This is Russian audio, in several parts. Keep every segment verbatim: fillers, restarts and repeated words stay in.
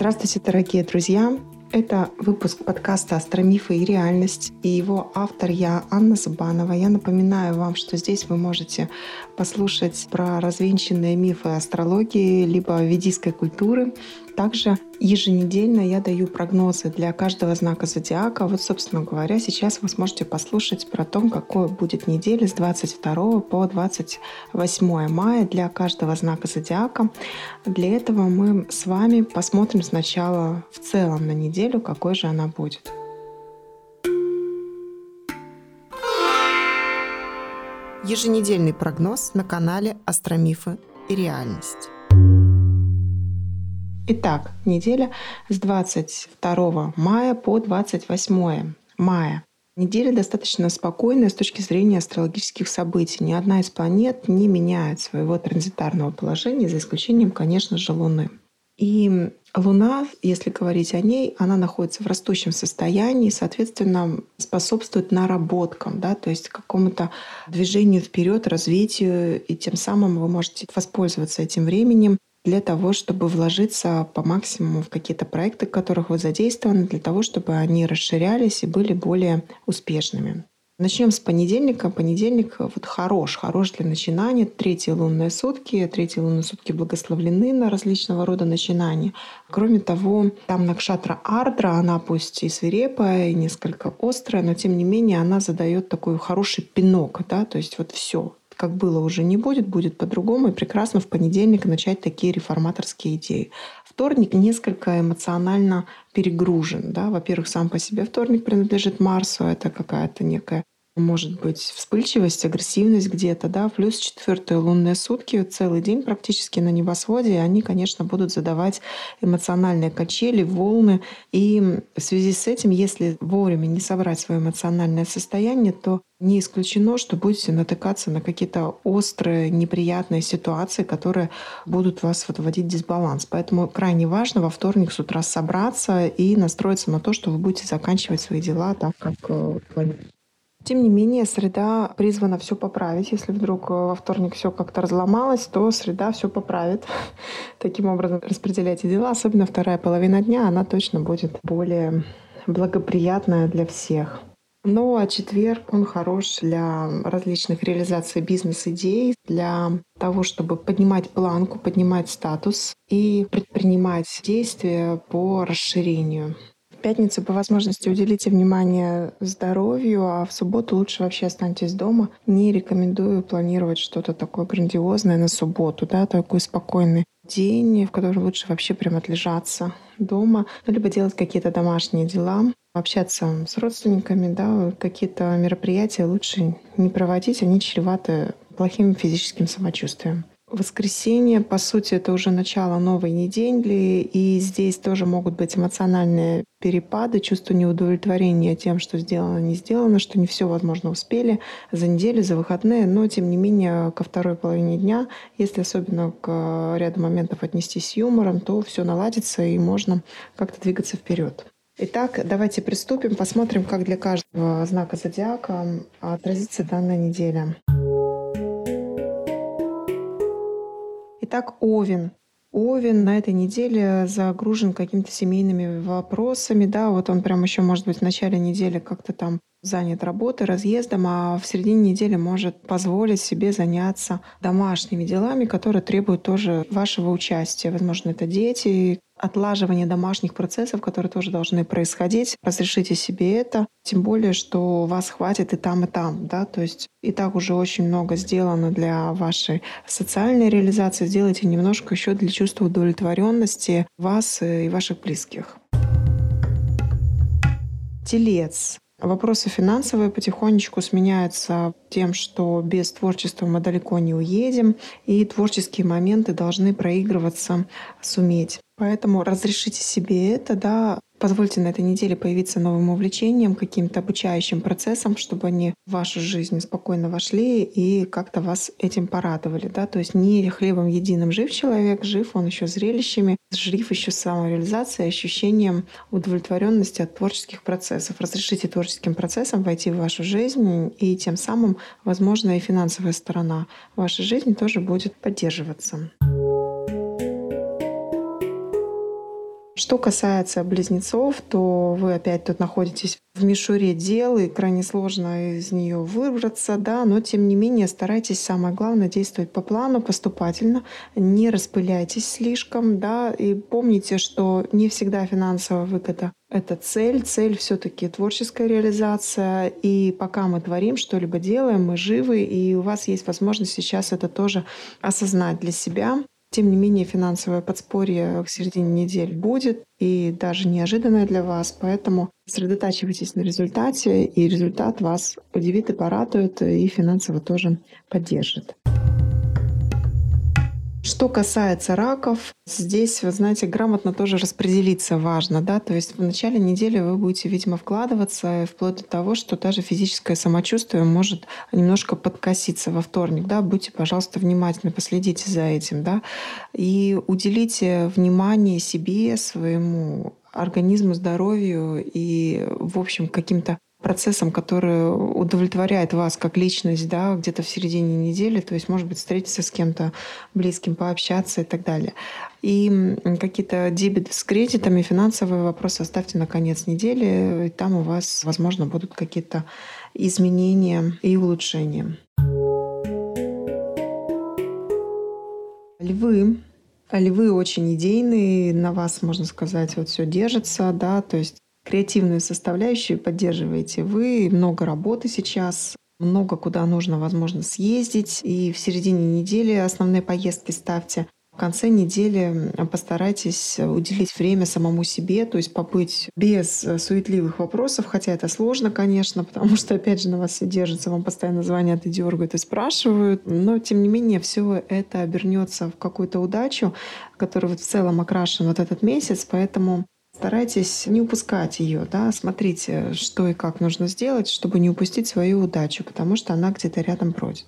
Здравствуйте, дорогие друзья! Это выпуск подкаста «Астромифы и реальность», и его автор я, Анна Зубанова. Я напоминаю вам, что здесь вы можете послушать про развенчанные мифы астрологии либо ведийской культуры. Также еженедельно я даю прогнозы для каждого знака зодиака. Вот, собственно говоря, сейчас вы сможете послушать про то, какой будет неделя с двадцать второго по двадцать восьмое мая для каждого знака зодиака. Для этого мы с вами посмотрим сначала в целом на неделю, какой же она будет. Еженедельный прогноз на канале «Астромифы и реальность». Итак, неделя с двадцать второго мая по двадцать восьмое мая. Неделя достаточно спокойная с точки зрения астрологических событий. Ни одна из планет не меняет своего транзитарного положения, за исключением, конечно же, Луны. И Луна, если говорить о ней, она находится в растущем состоянии, соответственно, способствует наработкам, да, то есть какому-то движению вперед, развитию, и тем самым вы можете воспользоваться этим временем для того, чтобы вложиться по максимуму в какие-то проекты, в которых вы задействованы, для того, чтобы они расширялись и были более успешными. Начнем с понедельника. Понедельник вот хорош, хорош для начинания. Третьи лунные сутки. Третьи лунные сутки благословлены на различного рода начинания. Кроме того, там накшатра Ардра, она пусть и свирепая, и несколько острая, но тем не менее она задает такой хороший пинок, да, то есть вот все. Как было, уже не будет, будет по-другому. И прекрасно в понедельник начать такие реформаторские идеи. Вторник несколько эмоционально перегружен. Да? Во-первых, сам по себе вторник принадлежит Марсу. Это какая-то некая, может быть, вспыльчивость, агрессивность где-то. Да? Плюс четвертые лунные сутки, целый день практически на небосводе. И они, конечно, будут задавать эмоциональные качели, волны. И в связи с этим, если вовремя не собрать свое эмоциональное состояние, то не исключено, что будете натыкаться на какие-то острые, неприятные ситуации, которые будут вас вот вводить в дисбаланс. Поэтому крайне важно во вторник с утра собраться и настроиться на то, что вы будете заканчивать свои дела так, как планируете. Тем не менее, среда призвана все поправить. Если вдруг во вторник все как-то разломалось, то среда все поправит. Таким образом, распределяйте дела, особенно вторая половина дня, она точно будет более благоприятная для всех. Ну а четверг, он хорош для различных реализаций бизнес-идей, для того, чтобы поднимать планку, поднимать статус и предпринимать действия по расширению. В пятницу по возможности уделите внимание здоровью, а в субботу лучше вообще останьтесь дома. Не рекомендую планировать что-то такое грандиозное на субботу, да, такой спокойный день, в котором лучше вообще прям отлежаться дома, либо делать какие-то домашние дела, общаться с родственниками, да, какие-то мероприятия лучше не проводить, они чреваты плохим физическим самочувствием. Воскресенье, по сути, это уже начало новой недели, и здесь тоже могут быть эмоциональные перепады, чувство неудовлетворения тем, что сделано, не сделано, что не все, возможно, успели за неделю, за выходные, но, тем не менее, ко второй половине дня, если особенно к ряду моментов отнестись с юмором, то все наладится и можно как-то двигаться вперед. Итак, давайте приступим, посмотрим, как для каждого знака зодиака отразится данная неделя. Итак, Овен. Овен на этой неделе загружен какими-то семейными вопросами. Да, вот он прям еще, может быть, в начале недели как-то там занят работой, разъездом, а в середине недели может позволить себе заняться домашними делами, которые требуют тоже вашего участия. Возможно, это дети, отлаживание домашних процессов, которые тоже должны происходить. Разрешите себе это, тем более, что вас хватит и там, и там. Да? То есть и так уже очень много сделано для вашей социальной реализации. Сделайте немножко еще для чувства удовлетворенности вас и ваших близких. Телец. Вопросы финансовые потихонечку сменяются тем, что без творчества мы далеко не уедем, и творческие моменты должны проигрываться, суметь. Поэтому разрешите себе это, да, позвольте на этой неделе появиться новым увлечением, каким-то обучающим процессом, чтобы они в вашу жизнь спокойно вошли и как-то вас этим порадовали. Да? То есть не хлебом единым жив человек, жив он еще зрелищами, жив еще самореализацией, ощущением удовлетворенности от творческих процессов. Разрешите творческим процессам войти в вашу жизнь, и тем самым, возможно, и финансовая сторона вашей жизни тоже будет поддерживаться. Что касается близнецов, то вы опять тут находитесь в мишуре дел, и крайне сложно из нее выбраться, да, но тем не менее старайтесь, самое главное, действовать по плану, поступательно, не распыляйтесь слишком, да, и помните, что не всегда финансовая выгода — это цель, цель все-таки творческая реализация, и пока мы творим, что-либо делаем, мы живы, и у вас есть возможность сейчас это тоже осознать для себя. Тем не менее, финансовое подспорье к середине недели будет, и даже неожиданное для вас, поэтому сосредотачивайтесь на результате, и результат вас удивит и порадует, и финансово тоже поддержит. Что касается раков, здесь, вы знаете, грамотно тоже распределиться важно, да, то есть в начале недели вы будете, видимо, вкладываться вплоть до того, что даже физическое самочувствие может немножко подкоситься во вторник, да, будьте, пожалуйста, внимательны, последите за этим, да, и уделите внимание себе, своему организму, здоровью и, в общем, каким-то процессом, который удовлетворяет вас как личность, да, где-то в середине недели, то есть, может быть, встретиться с кем-то близким, пообщаться и так далее. И какие-то дебеты с кредитами, финансовые вопросы оставьте на конец недели, и там у вас, возможно, будут какие-то изменения и улучшения. Львы. Львы очень идейные, на вас, можно сказать, вот все держится, да, то есть креативную составляющую поддерживаете вы, много работы сейчас, много куда нужно, возможно, съездить. И в середине недели основные поездки ставьте. В конце недели постарайтесь уделить время самому себе, то есть побыть без суетливых вопросов, хотя это сложно, конечно, потому что, опять же, на вас все держится, вам постоянно звонят и дергают и спрашивают. Но, тем не менее, все это обернется в какую-то удачу, которая вот в целом окрашен вот этот месяц, поэтому старайтесь не упускать ее, да, смотрите, что и как нужно сделать, чтобы не упустить свою удачу, потому что она где-то рядом бродит.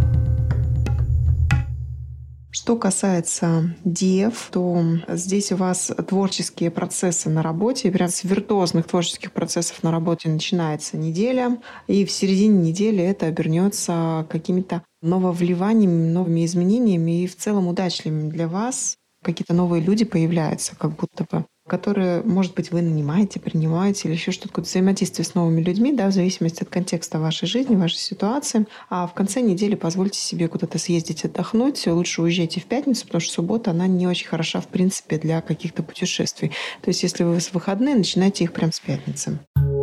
Что касается дев, то здесь у вас творческие процессы на работе, и прям с виртуозных творческих процессов на работе начинается неделя, и в середине недели это обернется какими-то нововливаниями, новыми изменениями и в целом удачливыми для вас. Какие-то новые люди появляются, как будто бы, которые, может быть, вы нанимаете, принимаете или еще что-то, какое-то взаимодействие с новыми людьми, да, в зависимости от контекста вашей жизни, вашей ситуации. А в конце недели позвольте себе куда-то съездить, отдохнуть. Лучше уезжайте в пятницу, потому что суббота, она не очень хороша, в принципе, для каких-то путешествий. То есть, если вы в выходные, начинайте их прямо с пятницы.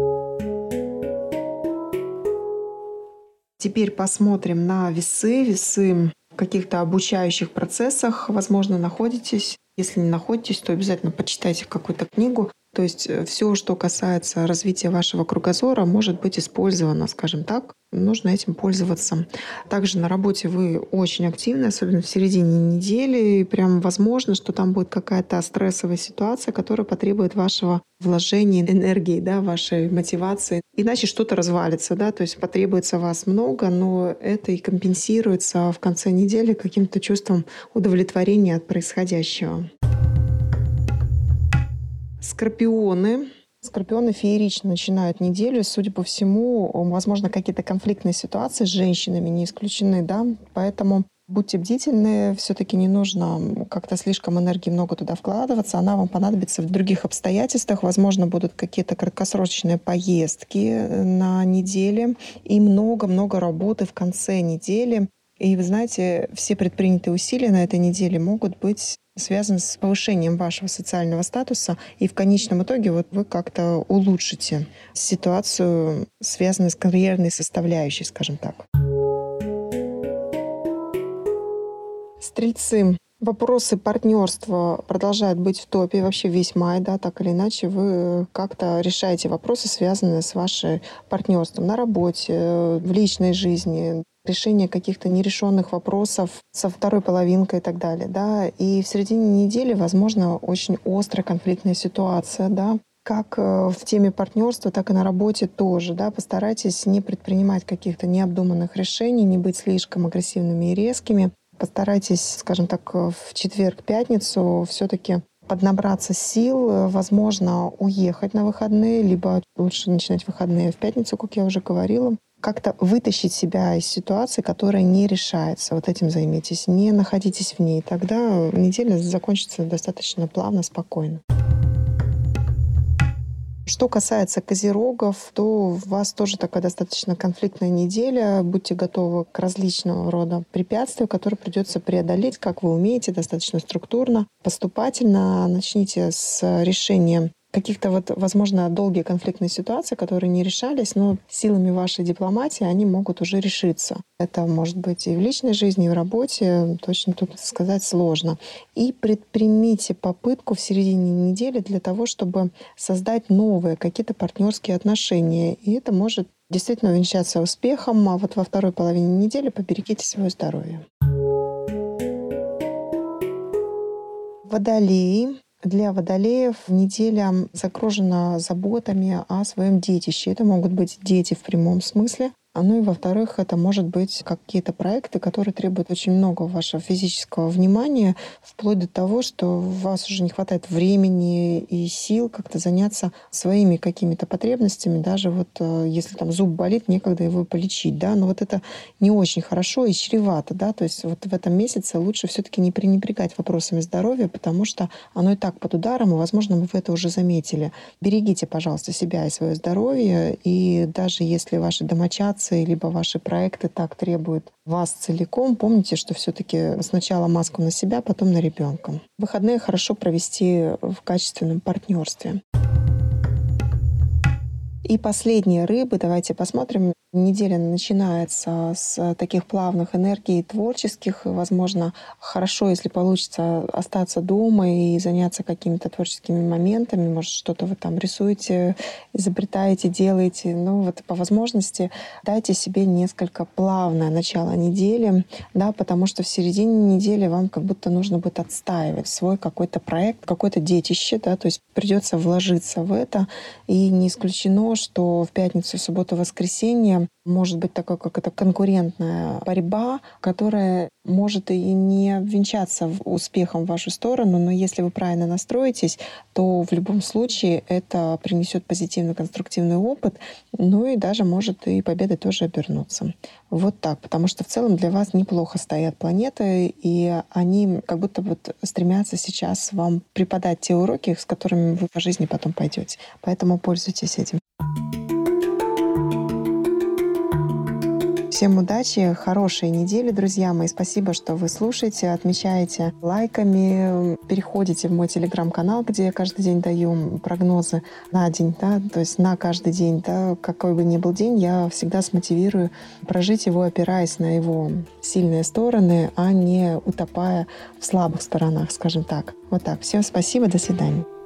Теперь посмотрим на весы. Весы в каких-то обучающих процессах, возможно, находитесь. Если не находитесь, то обязательно почитайте какую-то книгу. То есть все, что касается развития вашего кругозора, может быть использовано, скажем так. Нужно этим пользоваться. Также на работе вы очень активны, особенно в середине недели. И прям возможно, что там будет какая-то стрессовая ситуация, которая потребует вашего вложения энергии, да, вашей мотивации. Иначе что-то развалится, да, то есть потребуется вас много, но это и компенсируется в конце недели каким-то чувством удовлетворения от происходящего. Скорпионы. Скорпионы феерично начинают неделю. Судя по всему, возможно, какие-то конфликтные ситуации с женщинами не исключены, да, поэтому будьте бдительны, все-таки не нужно как-то слишком энергии много туда вкладываться. Она вам понадобится в других обстоятельствах. Возможно, будут какие-то краткосрочные поездки на неделе и много-много работы в конце недели. И вы знаете, все предпринятые усилия на этой неделе могут быть связаны с повышением вашего социального статуса, и в конечном итоге вот вы как-то улучшите ситуацию, связанную с карьерной составляющей, скажем так. Стрельцы. Вопросы партнерства продолжают быть в топе вообще весь май, да, так или иначе вы как-то решаете вопросы, связанные с вашим партнерством на работе, в личной жизни, решение каких-то нерешенных вопросов со второй половинкой и так далее, да. И в середине недели, возможно, очень острая конфликтная ситуация, да. Как в теме партнерства, так и на работе тоже, да. Постарайтесь не предпринимать каких-то необдуманных решений, не быть слишком агрессивными и резкими. Постарайтесь, скажем так, в четверг-пятницу все-таки поднабраться сил, возможно, уехать на выходные, либо лучше начинать выходные в пятницу, как я уже говорила. Как-то вытащить себя из ситуации, которая не решается. Вот этим займитесь. Не находитесь в ней. Тогда неделя закончится достаточно плавно, спокойно. Что касается козерогов, то у вас тоже такая достаточно конфликтная неделя. Будьте готовы к различного рода препятствиям, которые придется преодолеть, как вы умеете, достаточно структурно, поступательно. Начните с решения каких-то вот, возможно, долгие конфликтные ситуации, которые не решались, но силами вашей дипломатии они могут уже решиться. Это может быть и в личной жизни, и в работе. Точно тут сказать сложно. И предпримите попытку в середине недели для того, чтобы создать новые какие-то партнерские отношения. И это может действительно увенчаться успехом. А вот во второй половине недели поберегите свое здоровье. Водолеи. Для водолеев неделя загружена заботами о своем детище. Это могут быть дети в прямом смысле. Ну и во-вторых, это может быть какие-то проекты, которые требуют очень много вашего физического внимания, вплоть до того, что у вас уже не хватает времени и сил как-то заняться своими какими-то потребностями, даже вот если там зуб болит, некогда его полечить, да, но вот это не очень хорошо и чревато, да, то есть вот в этом месяце лучше все-таки не пренебрегать вопросами здоровья, потому что оно и так под ударом, и, возможно, вы это уже заметили. Берегите, пожалуйста, себя и свое здоровье, и даже если ваши домочадцы либо ваши проекты так требуют вас целиком, помните, что все-таки сначала маску на себя, потом на ребенка. Выходные хорошо провести в качественном партнерстве. И последние рыбы, давайте посмотрим. Неделя начинается с таких плавных энергий творческих. Возможно, хорошо, если получится остаться дома и заняться какими-то творческими моментами. Может, что-то вы там рисуете, изобретаете, делаете. Ну вот по возможности дайте себе несколько плавное начало недели, да, потому что в середине недели вам как будто нужно будет отстаивать свой какой-то проект, какое-то детище, да, то есть придется вложиться в это. И не исключено, что в пятницу, субботу, воскресенье может быть такая какая-то конкурентная борьба, которая может и не венчаться успехом в вашу сторону, но если вы правильно настроитесь, то в любом случае это принесет позитивный, конструктивный опыт, ну и даже может и победой тоже обернуться. Вот так, потому что в целом для вас неплохо стоят планеты, и они как будто вот стремятся сейчас вам преподать те уроки, с которыми вы по жизни потом пойдете. Поэтому пользуйтесь этим. Всем удачи, хорошей недели, друзья мои. Спасибо, что вы слушаете, отмечаете лайками, переходите в мой телеграм-канал, где я каждый день даю прогнозы на день, да, то есть на каждый день, да, какой бы ни был день, я всегда смотивирую прожить его, опираясь на его сильные стороны, а не утопая в слабых сторонах, скажем так. Вот так. Всем спасибо, до свидания.